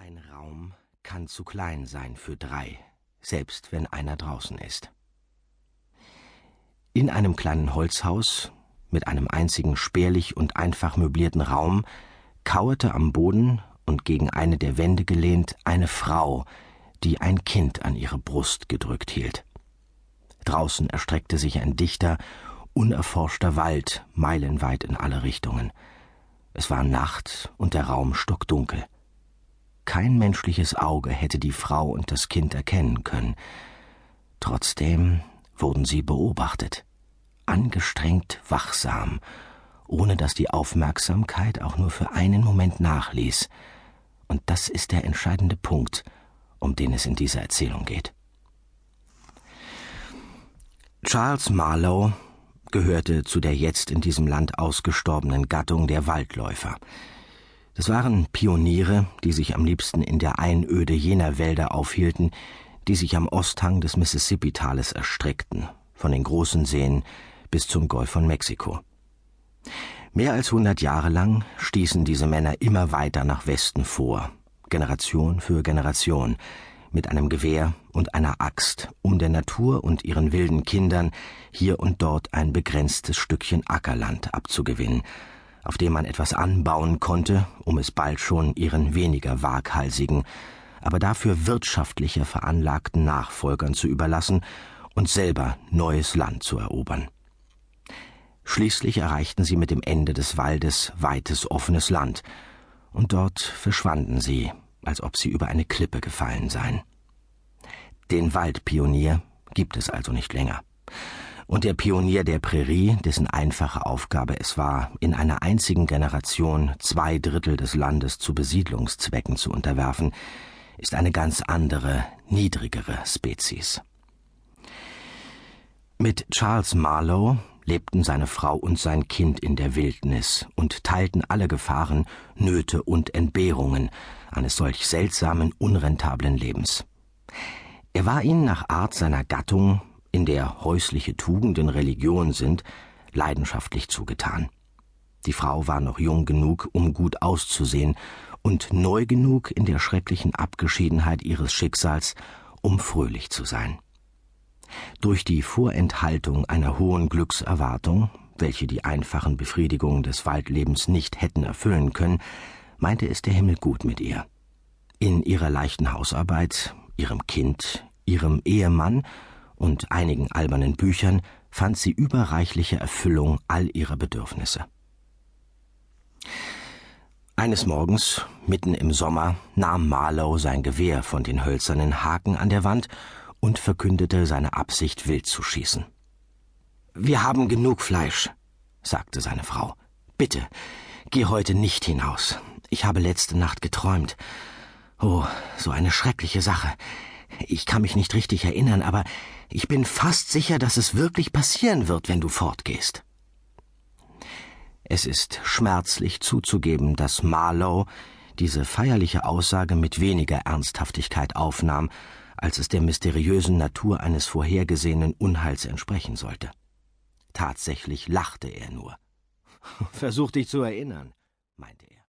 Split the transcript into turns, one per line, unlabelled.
Ein Raum kann zu klein sein für drei, selbst wenn einer draußen ist. In einem kleinen Holzhaus mit einem einzigen spärlich und einfach möblierten Raum kauerte am Boden und gegen eine der Wände gelehnt eine Frau, die ein Kind an ihre Brust gedrückt hielt. Draußen erstreckte sich ein dichter, unerforschter Wald meilenweit in alle Richtungen. Es war Nacht und der Raum stockdunkel. Kein menschliches Auge hätte die Frau und das Kind erkennen können. Trotzdem wurden sie beobachtet, angestrengt wachsam, ohne dass die Aufmerksamkeit auch nur für einen Moment nachließ. Und das ist der entscheidende Punkt, um den es in dieser Erzählung geht. Charles Marlowe gehörte zu der jetzt in diesem Land ausgestorbenen Gattung der Waldläufer. Das waren Pioniere, die sich am liebsten in der Einöde jener Wälder aufhielten, die sich am Osthang des Mississippi-Tales erstreckten, von den großen Seen bis zum Golf von Mexiko. Mehr als 100 Jahre lang stießen diese Männer immer weiter nach Westen vor, Generation für Generation, mit einem Gewehr und einer Axt, um der Natur und ihren wilden Kindern hier und dort ein begrenztes Stückchen Ackerland abzugewinnen, auf dem man etwas anbauen konnte, um es bald schon ihren weniger waghalsigen, aber dafür wirtschaftlicher veranlagten Nachfolgern zu überlassen und selber neues Land zu erobern. Schließlich erreichten sie mit dem Ende des Waldes weites offenes Land, und dort verschwanden sie, als ob sie über eine Klippe gefallen seien. Den Waldpionier gibt es also nicht länger. Und der Pionier der Prärie, dessen einfache Aufgabe es war, in einer einzigen Generation 2/3 des Landes zu Besiedlungszwecken zu unterwerfen, ist eine ganz andere, niedrigere Spezies. Mit Charles Marlowe lebten seine Frau und sein Kind in der Wildnis und teilten alle Gefahren, Nöte und Entbehrungen eines solch seltsamen, unrentablen Lebens. Er war ihnen nach Art seiner Gattung, in der häusliche Tugenden Religion sind, leidenschaftlich zugetan. Die Frau war noch jung genug, um gut auszusehen, und neu genug in der schrecklichen Abgeschiedenheit ihres Schicksals, um fröhlich zu sein. Durch die Vorenthaltung einer hohen Glückserwartung, welche die einfachen Befriedigungen des Waldlebens nicht hätten erfüllen können, meinte es der Himmel gut mit ihr. In ihrer leichten Hausarbeit, ihrem Kind, ihrem Ehemann und einigen albernen Büchern fand sie überreichliche Erfüllung all ihrer Bedürfnisse. Eines Morgens, mitten im Sommer, nahm Marlowe sein Gewehr von den hölzernen Haken an der Wand und verkündete seine Absicht, wild zu schießen. »Wir haben genug Fleisch«, sagte seine Frau. »Bitte, geh heute nicht hinaus. Ich habe letzte Nacht geträumt. Oh, so eine schreckliche Sache. Ich kann mich nicht richtig erinnern, aber ich bin fast sicher, dass es wirklich passieren wird, wenn du fortgehst.« Es ist schmerzlich zuzugeben, dass Marlowe diese feierliche Aussage mit weniger Ernsthaftigkeit aufnahm, als es der mysteriösen Natur eines vorhergesehenen Unheils entsprechen sollte. Tatsächlich lachte er nur. »Versuch dich zu erinnern«, meinte er.